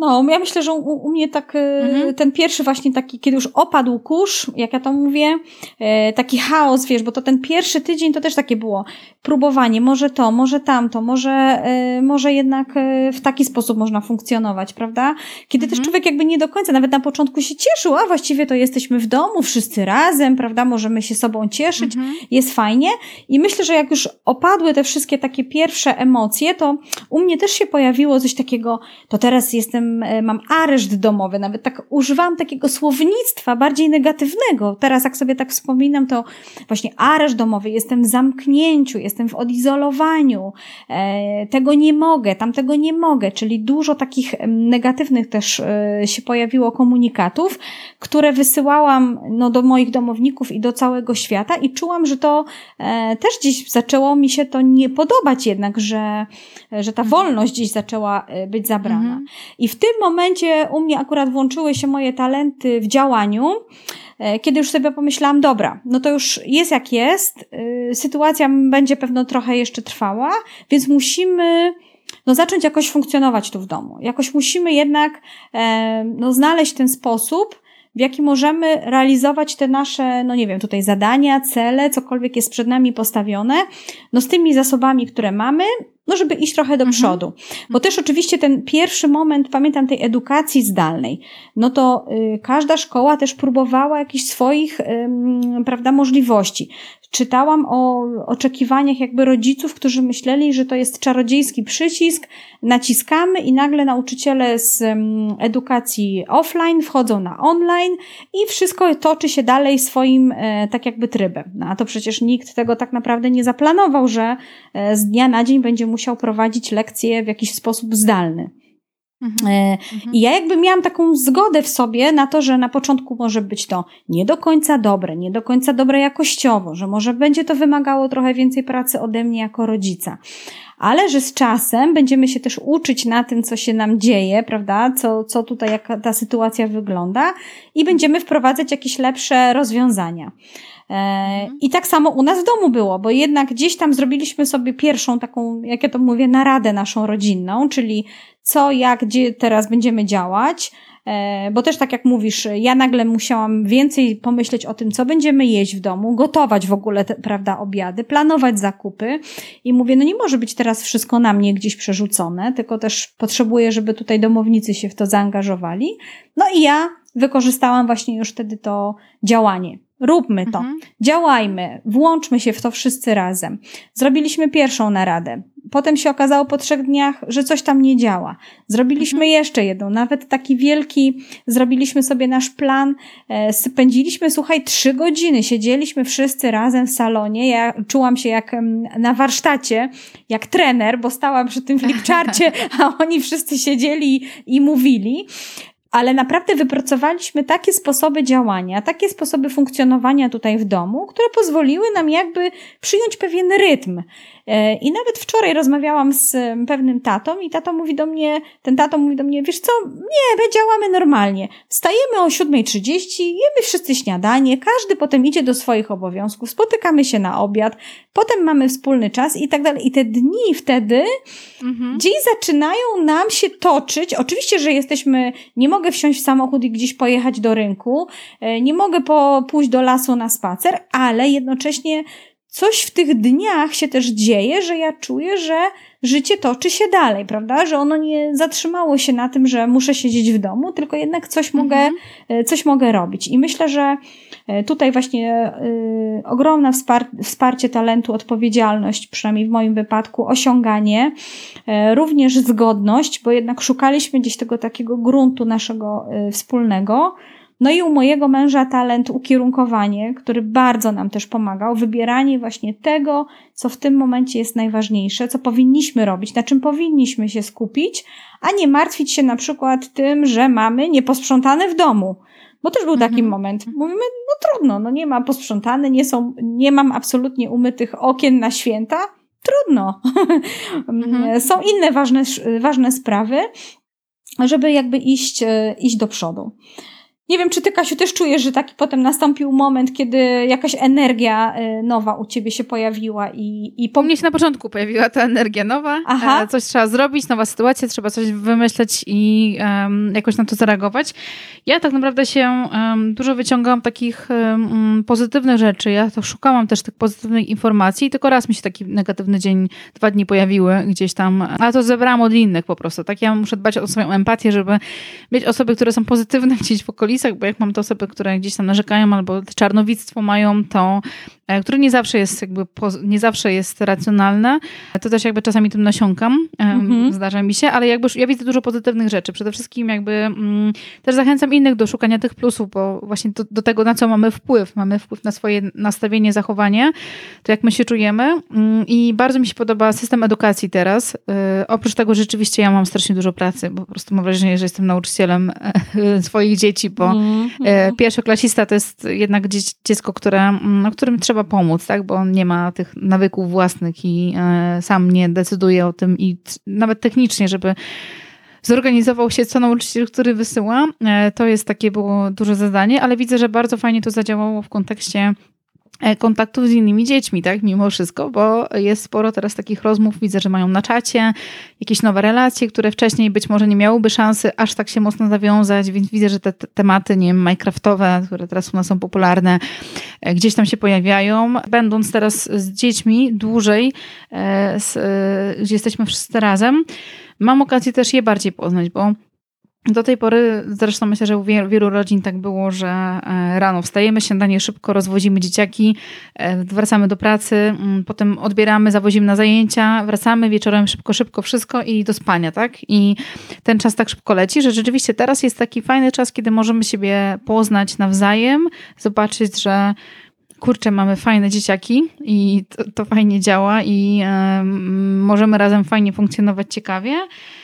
No, ja myślę, że u, u mnie tak mhm. ten pierwszy właśnie taki, kiedy już opadł kurz, jak ja to mówię, taki chaos, wiesz, bo to ten pierwszy tydzień to też takie było próbowanie, może to, może tamto, może, może jednak w taki sposób można funkcjonować, prawda? Kiedy mhm. też człowiek jakby nie do końca, nawet na początku się cieszył, a właściwie to jesteśmy w domu, wszyscy razem, prawda? Możemy się sobą cieszyć, mhm. jest fajnie i myślę, że jak już opadły te wszystkie takie pierwsze emocje, to u mnie też się pojawiło coś takiego, to teraz jestem, mam areszt domowy, nawet tak używam takiego słownictwa bardziej negatywnego. Teraz jak sobie tak wspominam, to właśnie areszt domowy, jestem w zamknięciu, jestem w odizolowaniu, e, tego nie mogę, tamtego nie mogę, czyli dużo takich negatywnych też e, się pojawiło komunikatów, które wysyłałam no, do moich domowników i do całego świata i czułam, że to e, też gdzieś zaczęło mi się to nie podobać jednak, że, że ta wolność gdzieś zaczęła być zabrana. Mhm. I w tym momencie u mnie akurat włączyły się moje talenty w działaniu, kiedy już sobie pomyślałam, dobra, no to już jest jak jest, sytuacja będzie pewno trochę jeszcze trwała, więc musimy no zacząć jakoś funkcjonować tu w domu. Jakoś musimy jednak no, znaleźć ten sposób, w jaki możemy realizować te nasze, no nie wiem, tutaj zadania, cele, cokolwiek jest przed nami postawione, no z tymi zasobami, które mamy, no żeby iść trochę do przodu. Mhm. Bo też oczywiście ten pierwszy moment, pamiętam tej edukacji zdalnej, no to y, każda szkoła też próbowała jakichś swoich, y, prawda, możliwości. Czytałam o oczekiwaniach jakby rodziców, którzy myśleli, że to jest czarodziejski przycisk, naciskamy i nagle nauczyciele z um, edukacji offline wchodzą na online i wszystko toczy się dalej swoim e, tak jakby trybem. No a to przecież nikt tego tak naprawdę nie zaplanował, że e, z dnia na dzień będzie musiał prowadzić lekcje w jakiś sposób zdalny. Mhm. E, mhm. I ja jakby miałam taką zgodę w sobie na to, że na początku może być to nie do końca dobre, nie do końca dobre jakościowo, że może będzie to wymagało trochę więcej pracy ode mnie jako rodzica. Ale że z czasem będziemy się też uczyć na tym, co się nam dzieje, prawda, co, co tutaj, jak ta sytuacja wygląda i będziemy wprowadzać jakieś lepsze rozwiązania. Mhm. I tak samo u nas w domu było, bo jednak gdzieś tam zrobiliśmy sobie pierwszą taką, jak ja to mówię, naradę naszą rodzinną, czyli co, jak, gdzie teraz będziemy działać, bo też tak jak mówisz, ja nagle musiałam więcej pomyśleć o tym, co będziemy jeść w domu, gotować w ogóle, te, prawda, obiady, planować zakupy i mówię, no nie może być teraz wszystko na mnie gdzieś przerzucone, tylko też potrzebuję, żeby tutaj domownicy się w to zaangażowali. No i ja wykorzystałam właśnie już wtedy to działanie. Róbmy to, mhm. działajmy, włączmy się w to wszyscy razem. Zrobiliśmy pierwszą naradę. Potem się okazało po trzech dniach, że coś tam nie działa. Zrobiliśmy mhm. jeszcze jedną, nawet taki wielki, zrobiliśmy sobie nasz plan, e, spędziliśmy, słuchaj, trzy godziny, siedzieliśmy wszyscy razem w salonie, ja czułam się jak m, na warsztacie, jak trener, bo stałam przy tym flipcharcie, a oni wszyscy siedzieli i mówili. Ale naprawdę wypracowaliśmy takie sposoby działania, takie sposoby funkcjonowania tutaj w domu, które pozwoliły nam jakby przyjąć pewien rytm. I nawet wczoraj rozmawiałam z pewnym tatą i tato mówi do mnie, ten tato mówi do mnie, wiesz co, nie, my działamy normalnie. Wstajemy o siódma trzydzieści, jemy wszyscy śniadanie, każdy potem idzie do swoich obowiązków, spotykamy się na obiad, potem mamy wspólny czas i tak dalej. I te dni wtedy mhm. gdzieś zaczynają nam się toczyć. Oczywiście, że jesteśmy, nie mogę wsiąść w samochód i gdzieś pojechać do rynku, nie mogę po, pójść do lasu na spacer, ale jednocześnie coś w tych dniach się też dzieje, że ja czuję, że życie toczy się dalej, prawda? Że ono nie zatrzymało się na tym, że muszę siedzieć w domu, tylko jednak coś mogę, mhm. coś mogę robić. I myślę, że tutaj właśnie y, ogromne wspar- wsparcie talentu, odpowiedzialność, przynajmniej w moim wypadku, osiąganie, y, również zgodność, bo jednak szukaliśmy gdzieś tego takiego gruntu naszego y, wspólnego. No i u mojego męża talent ukierunkowanie, który bardzo nam też pomagał, wybieranie właśnie tego, co w tym momencie jest najważniejsze, co powinniśmy robić, na czym powinniśmy się skupić, a nie martwić się na przykład tym, że mamy nieposprzątane w domu. Bo też był taki mhm. moment. Mówimy, no trudno, no nie ma posprzątane, nie są, nie mam absolutnie umytych okien na święta. Trudno. Mhm. Są inne ważne, ważne sprawy, żeby jakby iść, iść do przodu. Nie wiem, czy ty, Kasiu, też czujesz, że taki potem nastąpił moment, kiedy jakaś energia nowa u ciebie się pojawiła i... i po... U mnie się na początku pojawiła ta energia nowa. Aha. Coś trzeba zrobić, nowa sytuacja, trzeba coś wymyśleć i um, jakoś na to zareagować. Ja tak naprawdę się um, dużo wyciągałam takich um, pozytywnych rzeczy. Ja to szukałam też tych pozytywnych informacji. Tylko raz mi się taki negatywny dzień, dwa dni pojawiły gdzieś tam. Ale to zebrałam od innych po prostu. Tak, ja muszę dbać o swoją empatię, żeby mieć osoby, które są pozytywne gdzieś w okolicy, bo jak mam te osoby, które gdzieś tam narzekają albo czarnowictwo mają, to które nie zawsze jest jakby, nie zawsze jest racjonalne, to też jakby czasami tym nasiąkam, mhm. zdarza mi się, ale jakby ja widzę dużo pozytywnych rzeczy. Przede wszystkim jakby mm, też zachęcam innych do szukania tych plusów, bo właśnie do, do tego, na co mamy wpływ. Mamy wpływ na swoje nastawienie, zachowanie, to jak my się czujemy mm, i bardzo mi się podoba system edukacji teraz. Yy, oprócz tego rzeczywiście ja mam strasznie dużo pracy, bo po prostu mam wrażenie, że jestem nauczycielem yy, swoich dzieci, bo yy, pierwszoklasista to jest jednak dziecko, które, no, którym trzeba pomóc, tak? Bo on nie ma tych nawyków własnych i e, sam nie decyduje o tym i t- nawet technicznie, żeby zorganizował się co nauczyciel, który wysyła. E, to jest takie było duże zadanie, ale widzę, że bardzo fajnie to zadziałało w kontekście kontaktów z innymi dziećmi, tak, mimo wszystko, bo jest sporo teraz takich rozmów, widzę, że mają na czacie jakieś nowe relacje, które wcześniej być może nie miałyby szansy aż tak się mocno zawiązać, więc widzę, że te tematy, nie wiem, minecraftowe, które teraz u nas są popularne, gdzieś tam się pojawiają. Będąc teraz z dziećmi dłużej, z, gdzie jesteśmy wszyscy razem, mam okazję też je bardziej poznać, bo do tej pory, zresztą myślę, że u wielu rodzin tak było, że rano wstajemy, śniadanie szybko, rozwozimy dzieciaki, wracamy do pracy, potem odbieramy, zawozimy na zajęcia, wracamy wieczorem szybko, szybko wszystko i do spania, tak? I ten czas tak szybko leci, że rzeczywiście teraz jest taki fajny czas, kiedy możemy siebie poznać nawzajem, zobaczyć, że kurczę, mamy fajne dzieciaki i to, to fajnie działa i um, możemy razem fajnie funkcjonować ciekawie.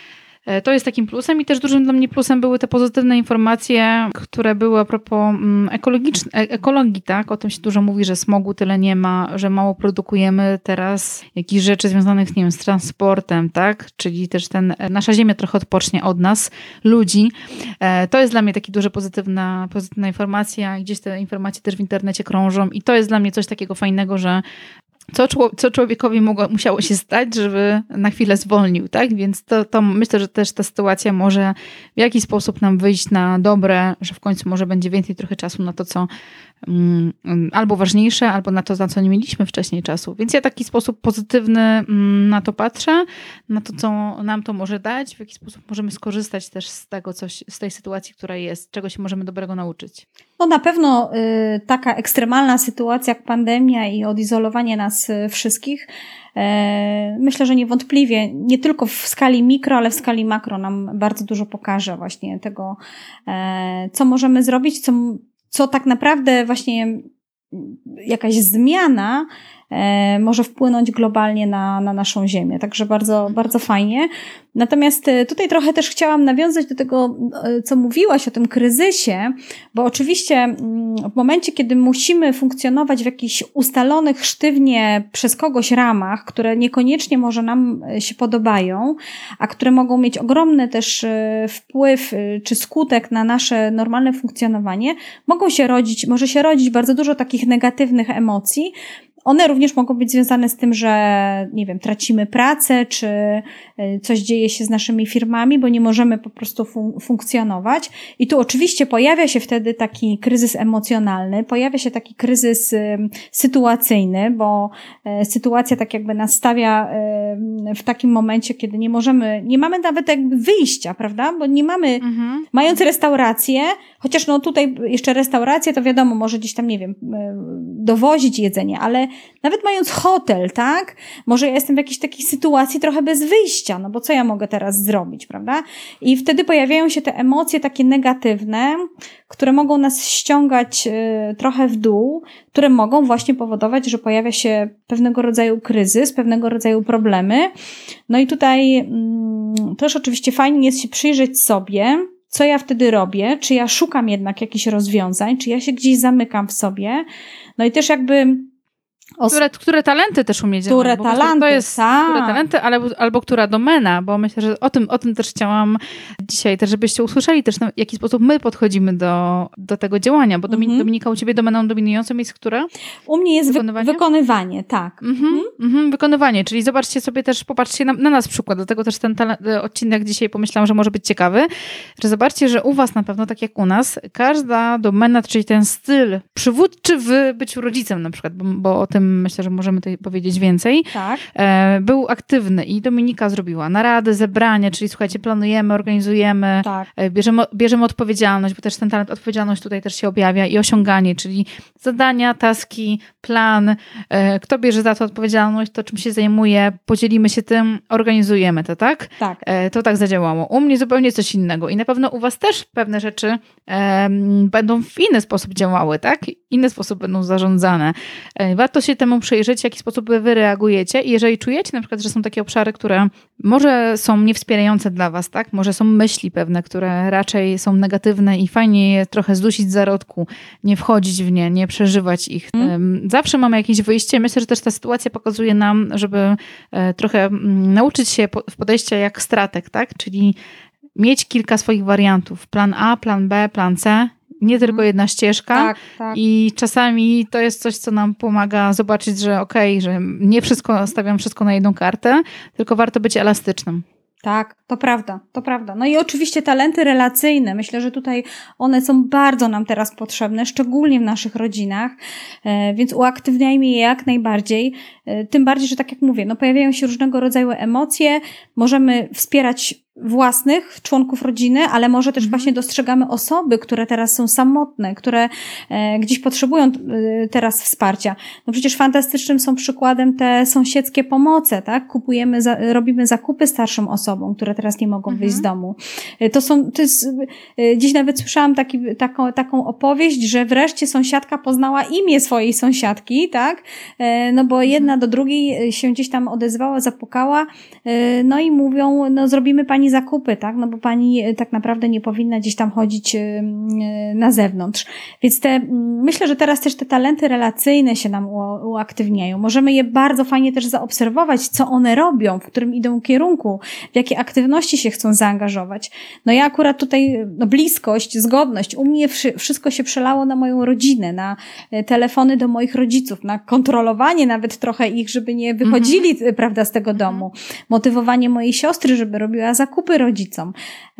To jest takim plusem i też dużym dla mnie plusem były te pozytywne informacje, które były a propos ekologiczne, ekologii, tak? O tym się dużo mówi, że smogu tyle nie ma, że mało produkujemy teraz jakichś rzeczy związanych, nie wiem, z transportem, tak? Czyli też ten, nasza ziemia trochę odpocznie od nas, ludzi. To jest dla mnie taka duża pozytywna, pozytywna informacja. Gdzieś te informacje też w internecie krążą i to jest dla mnie coś takiego fajnego, że Co, co człowiekowi mogło, musiało się stać, żeby na chwilę zwolnił, tak? Więc to, to myślę, że też ta sytuacja może w jakiś sposób nam wyjść na dobre, że w końcu może będzie więcej trochę czasu na to, co um, albo ważniejsze, albo na to, na co nie mieliśmy wcześniej czasu. Więc ja w taki sposób pozytywny um, na to patrzę, na to, co nam to może dać, w jaki sposób możemy skorzystać też z tego, coś, z tej sytuacji, która jest, czego się możemy dobrego nauczyć. No na pewno y, taka ekstremalna sytuacja jak pandemia i odizolowanie nas y, wszystkich, y, myślę, że niewątpliwie nie tylko w skali mikro, ale w skali makro nam bardzo dużo pokaże właśnie tego, y, co możemy zrobić, co, co tak naprawdę właśnie jakaś zmiana e, może wpłynąć globalnie na, na naszą Ziemię. Także bardzo, bardzo fajnie. Natomiast tutaj trochę też chciałam nawiązać do tego, co mówiłaś o tym kryzysie, bo oczywiście w momencie, kiedy musimy funkcjonować w jakichś ustalonych sztywnie przez kogoś ramach, które niekoniecznie może nam się podobają, a które mogą mieć ogromny też wpływ czy skutek na nasze normalne funkcjonowanie, mogą się rodzić, może się rodzić bardzo dużo takich negatywnych emocji. One również mogą być związane z tym, że, nie wiem, tracimy pracę, czy coś dzieje się z naszymi firmami, bo nie możemy po prostu fun- funkcjonować. I tu oczywiście pojawia się wtedy taki kryzys emocjonalny, pojawia się taki kryzys y, sytuacyjny, bo y, sytuacja tak jakby nas stawia y, w takim momencie, kiedy nie możemy, nie mamy nawet jakby wyjścia, prawda? Bo nie mamy, mhm. mając restaurację, chociaż no tutaj jeszcze restaurację, to wiadomo, może gdzieś tam, nie wiem, y, dowozić jedzenie, ale nawet mając hotel, tak? Może ja jestem w jakiejś takiej sytuacji trochę bez wyjścia, no bo co ja mogę teraz zrobić, prawda? I wtedy pojawiają się te emocje takie negatywne, które mogą nas ściągać y, trochę w dół, które mogą właśnie powodować, że pojawia się pewnego rodzaju kryzys, pewnego rodzaju problemy. No i tutaj y, też oczywiście fajnie jest się przyjrzeć sobie, co ja wtedy robię, czy ja szukam jednak jakichś rozwiązań, czy ja się gdzieś zamykam w sobie. No i też jakby Os... Które, które talenty też umieć Które działać, talenty, to jest, tak. Które talenty, albo, albo która domena, bo myślę, że o tym, o tym też chciałam dzisiaj, też żebyście usłyszeli też, w jaki sposób my podchodzimy do, do tego działania, bo mhm. Dominika, u ciebie domeną dominującą jest która? U mnie jest wykonywanie, wy- wykonywanie tak. Mhm. Mhm. Wykonywanie, czyli zobaczcie sobie też, popatrzcie na, na nas przykład, dlatego też ten talent, odcinek dzisiaj pomyślałam, że może być ciekawy, że zobaczcie, że u was na pewno, tak jak u nas, każda domena, czyli ten styl przywódczy w byciu rodzicem na przykład, bo, bo o tym myślę, że możemy tutaj powiedzieć więcej. Tak. E, był aktywny i Dominika zrobiła narady, zebrania, czyli słuchajcie, planujemy, organizujemy, tak. e, bierzemy, bierzemy odpowiedzialność, bo też ten talent odpowiedzialność tutaj też się objawia i osiąganie, czyli zadania, taski, plan, e, kto bierze za to odpowiedzialność, to czym się zajmuje, podzielimy się tym, organizujemy to, tak? Tak. E, to tak zadziałało. U mnie zupełnie coś innego i na pewno u was też pewne rzeczy e, będą w inny sposób działały, tak? Inny sposób będą zarządzane. E, warto się temu przyjrzeć, w jaki sposób wy reagujecie i jeżeli czujecie na przykład, że są takie obszary, które może są niewspierające dla was, tak? Może są myśli pewne, które raczej są negatywne i fajnie je trochę zdusić z zarodku, nie wchodzić w nie, nie przeżywać ich. Hmm. Zawsze mamy jakieś wyjście. Myślę, że też ta sytuacja pokazuje nam, żeby trochę nauczyć się w podejścia jak strateg, tak? Czyli mieć kilka swoich wariantów. Plan A, plan B, plan C. Nie tylko jedna ścieżka tak, tak. I czasami to jest coś, co nam pomaga zobaczyć, że okej, okay, że nie wszystko, stawiam wszystko na jedną kartę, tylko warto być elastycznym. Tak, to prawda, to prawda. No i oczywiście talenty relacyjne. Myślę, że tutaj one są bardzo nam teraz potrzebne, szczególnie w naszych rodzinach, więc uaktywniajmy je jak najbardziej. Tym bardziej, że tak jak mówię, no pojawiają się różnego rodzaju emocje, możemy wspierać własnych członków rodziny, ale może też właśnie dostrzegamy osoby, które teraz są samotne, które e, gdzieś potrzebują e, teraz wsparcia. No przecież fantastycznym są przykładem te sąsiedzkie pomoce, tak? Kupujemy, za, robimy zakupy starszym osobom, które teraz nie mogą mhm. wyjść z domu. E, to są, to jest, e, dziś nawet słyszałam taki, taką, taką opowieść, że wreszcie sąsiadka poznała imię swojej sąsiadki, tak? E, no bo jedna do drugiej się gdzieś tam odezwała, zapukała, e, no i mówią, no zrobimy pani zakupy, tak? No bo pani tak naprawdę nie powinna gdzieś tam chodzić na zewnątrz. Więc te, myślę, że teraz też te talenty relacyjne się nam uaktywniają. Możemy je bardzo fajnie też zaobserwować, co one robią, w którym idą kierunku, w jakie aktywności się chcą zaangażować. No ja akurat tutaj, no bliskość, zgodność, u mnie wszystko się przelało na moją rodzinę, na telefony do moich rodziców, na kontrolowanie nawet trochę ich, żeby nie wychodzili, mhm. prawda, z tego domu. Motywowanie mojej siostry, żeby robiła zakupy rodzicom.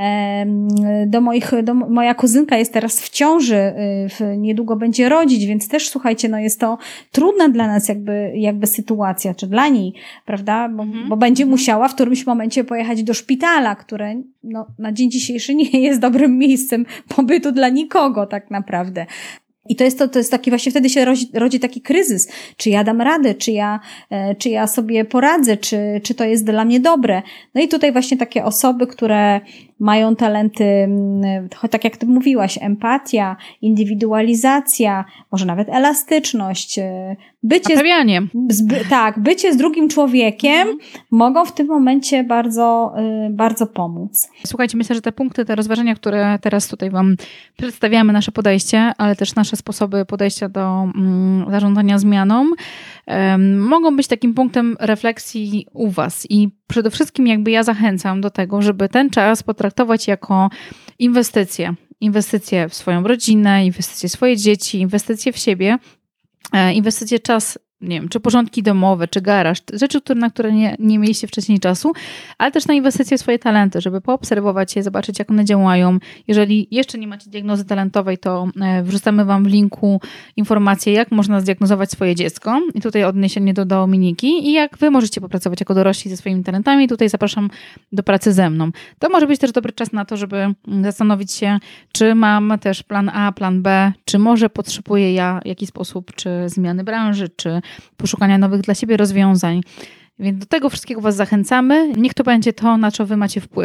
Do moich, do, moja kuzynka jest teraz w ciąży, w, niedługo będzie rodzić, więc też słuchajcie, no jest to trudna dla nas jakby, jakby sytuacja, czy dla niej, prawda, bo, mhm. bo będzie musiała w którymś momencie pojechać do szpitala, które no, na dzień dzisiejszy nie jest dobrym miejscem pobytu dla nikogo tak naprawdę. I to jest to, to jest taki właśnie wtedy się rodzi, rodzi taki kryzys. Czy ja dam radę, czy ja, czy ja sobie poradzę, czy, czy to jest dla mnie dobre. No i tutaj właśnie takie osoby, które mają talenty, tak jak ty mówiłaś, empatia, indywidualizacja, może nawet elastyczność, bycie Naprawianie. Z, z, tak, bycie z drugim człowiekiem mhm. mogą w tym momencie bardzo, bardzo pomóc. Słuchajcie, myślę, że te punkty, te rozważania, które teraz tutaj wam przedstawiamy, nasze podejście, ale też nasze sposoby podejścia do mm, zarządzania zmianą, um, mogą być takim punktem refleksji u was. I przede wszystkim jakby ja zachęcam do tego, żeby ten czas potraktować jako inwestycję. Inwestycje w swoją rodzinę, inwestycje w swoje dzieci, inwestycje w siebie, inwestycje czas, nie wiem, czy porządki domowe, czy garaż, rzeczy, na które nie, nie mieliście wcześniej czasu, ale też na inwestycje w swoje talenty, żeby poobserwować je, zobaczyć, jak one działają. Jeżeli jeszcze nie macie diagnozy talentowej, to wrzucamy wam w linku informacje, jak można zdiagnozować swoje dziecko. I tutaj odniesienie do Dominiki i jak wy możecie popracować jako dorośli ze swoimi talentami. Tutaj zapraszam do pracy ze mną. To może być też dobry czas na to, żeby zastanowić się, czy mam też plan A, plan B, czy może potrzebuję ja w jakiś sposób, czy zmiany branży, czy poszukania nowych dla siebie rozwiązań. Więc do tego wszystkiego was zachęcamy. Niech to będzie to, na co wy macie wpływ.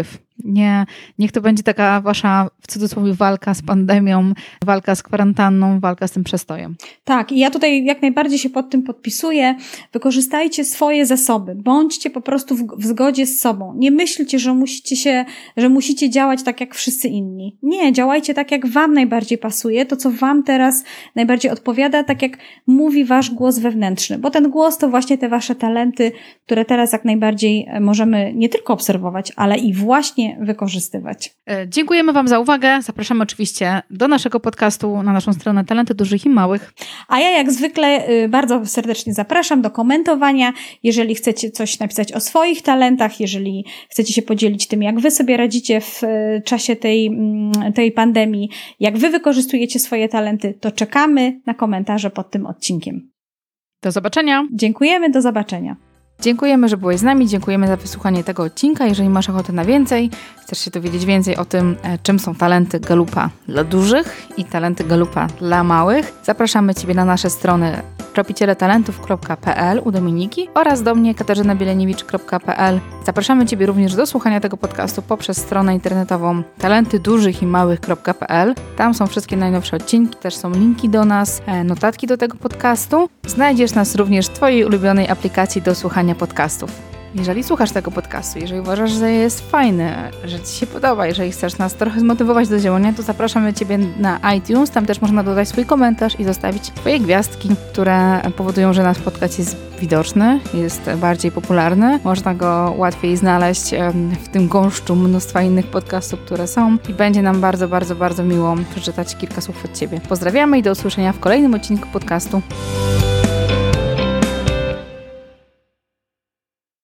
Nie, niech to będzie taka wasza, w cudzysłowie, walka z pandemią, walka z kwarantanną, walka z tym przestojem. Tak, i ja tutaj jak najbardziej się pod tym podpisuję. Wykorzystajcie swoje zasoby, bądźcie po prostu w, w zgodzie z sobą. Nie myślcie, że musicie się, że musicie działać tak jak wszyscy inni. Nie, działajcie tak jak wam najbardziej pasuje, to co wam teraz najbardziej odpowiada, tak jak mówi wasz głos wewnętrzny, bo ten głos to właśnie te wasze talenty, które teraz jak najbardziej możemy nie tylko obserwować, ale i właśnie wykorzystywać. Dziękujemy wam za uwagę. Zapraszamy oczywiście do naszego podcastu na naszą stronę Talenty Dużych i Małych. A ja jak zwykle bardzo serdecznie zapraszam do komentowania, jeżeli chcecie coś napisać o swoich talentach, jeżeli chcecie się podzielić tym, jak wy sobie radzicie w czasie tej, tej pandemii, jak wy wykorzystujecie swoje talenty, to czekamy na komentarze pod tym odcinkiem. Do zobaczenia. Dziękujemy, do zobaczenia. Dziękujemy, że byłeś z nami, dziękujemy za wysłuchanie tego odcinka. Jeżeli masz ochotę na więcej, chcesz się dowiedzieć więcej o tym, czym są talenty Galupa dla dużych i talenty Galupa dla małych, zapraszamy Ciebie na nasze strony tropiciele talentów kropka p l u Dominiki oraz do mnie katarzyna bieleniewicz kropka p l. Zapraszamy Ciebie również do słuchania tego podcastu poprzez stronę internetową talenty dużych i małych kropka p l. Tam są wszystkie najnowsze odcinki, też są linki do nas, notatki do tego podcastu. Znajdziesz nas również w Twojej ulubionej aplikacji do słuchania podcastów. Jeżeli słuchasz tego podcastu, jeżeli uważasz, że jest fajny, że Ci się podoba, jeżeli chcesz nas trochę zmotywować do działania, to zapraszamy Ciebie na iTunes. Tam też można dodać swój komentarz i zostawić swoje gwiazdki, które powodują, że nasz podcast jest widoczny, jest bardziej popularny. Można go łatwiej znaleźć w tym gąszczu mnóstwa innych podcastów, które są i będzie nam bardzo, bardzo, bardzo miło przeczytać kilka słów od Ciebie. Pozdrawiamy i do usłyszenia w kolejnym odcinku podcastu.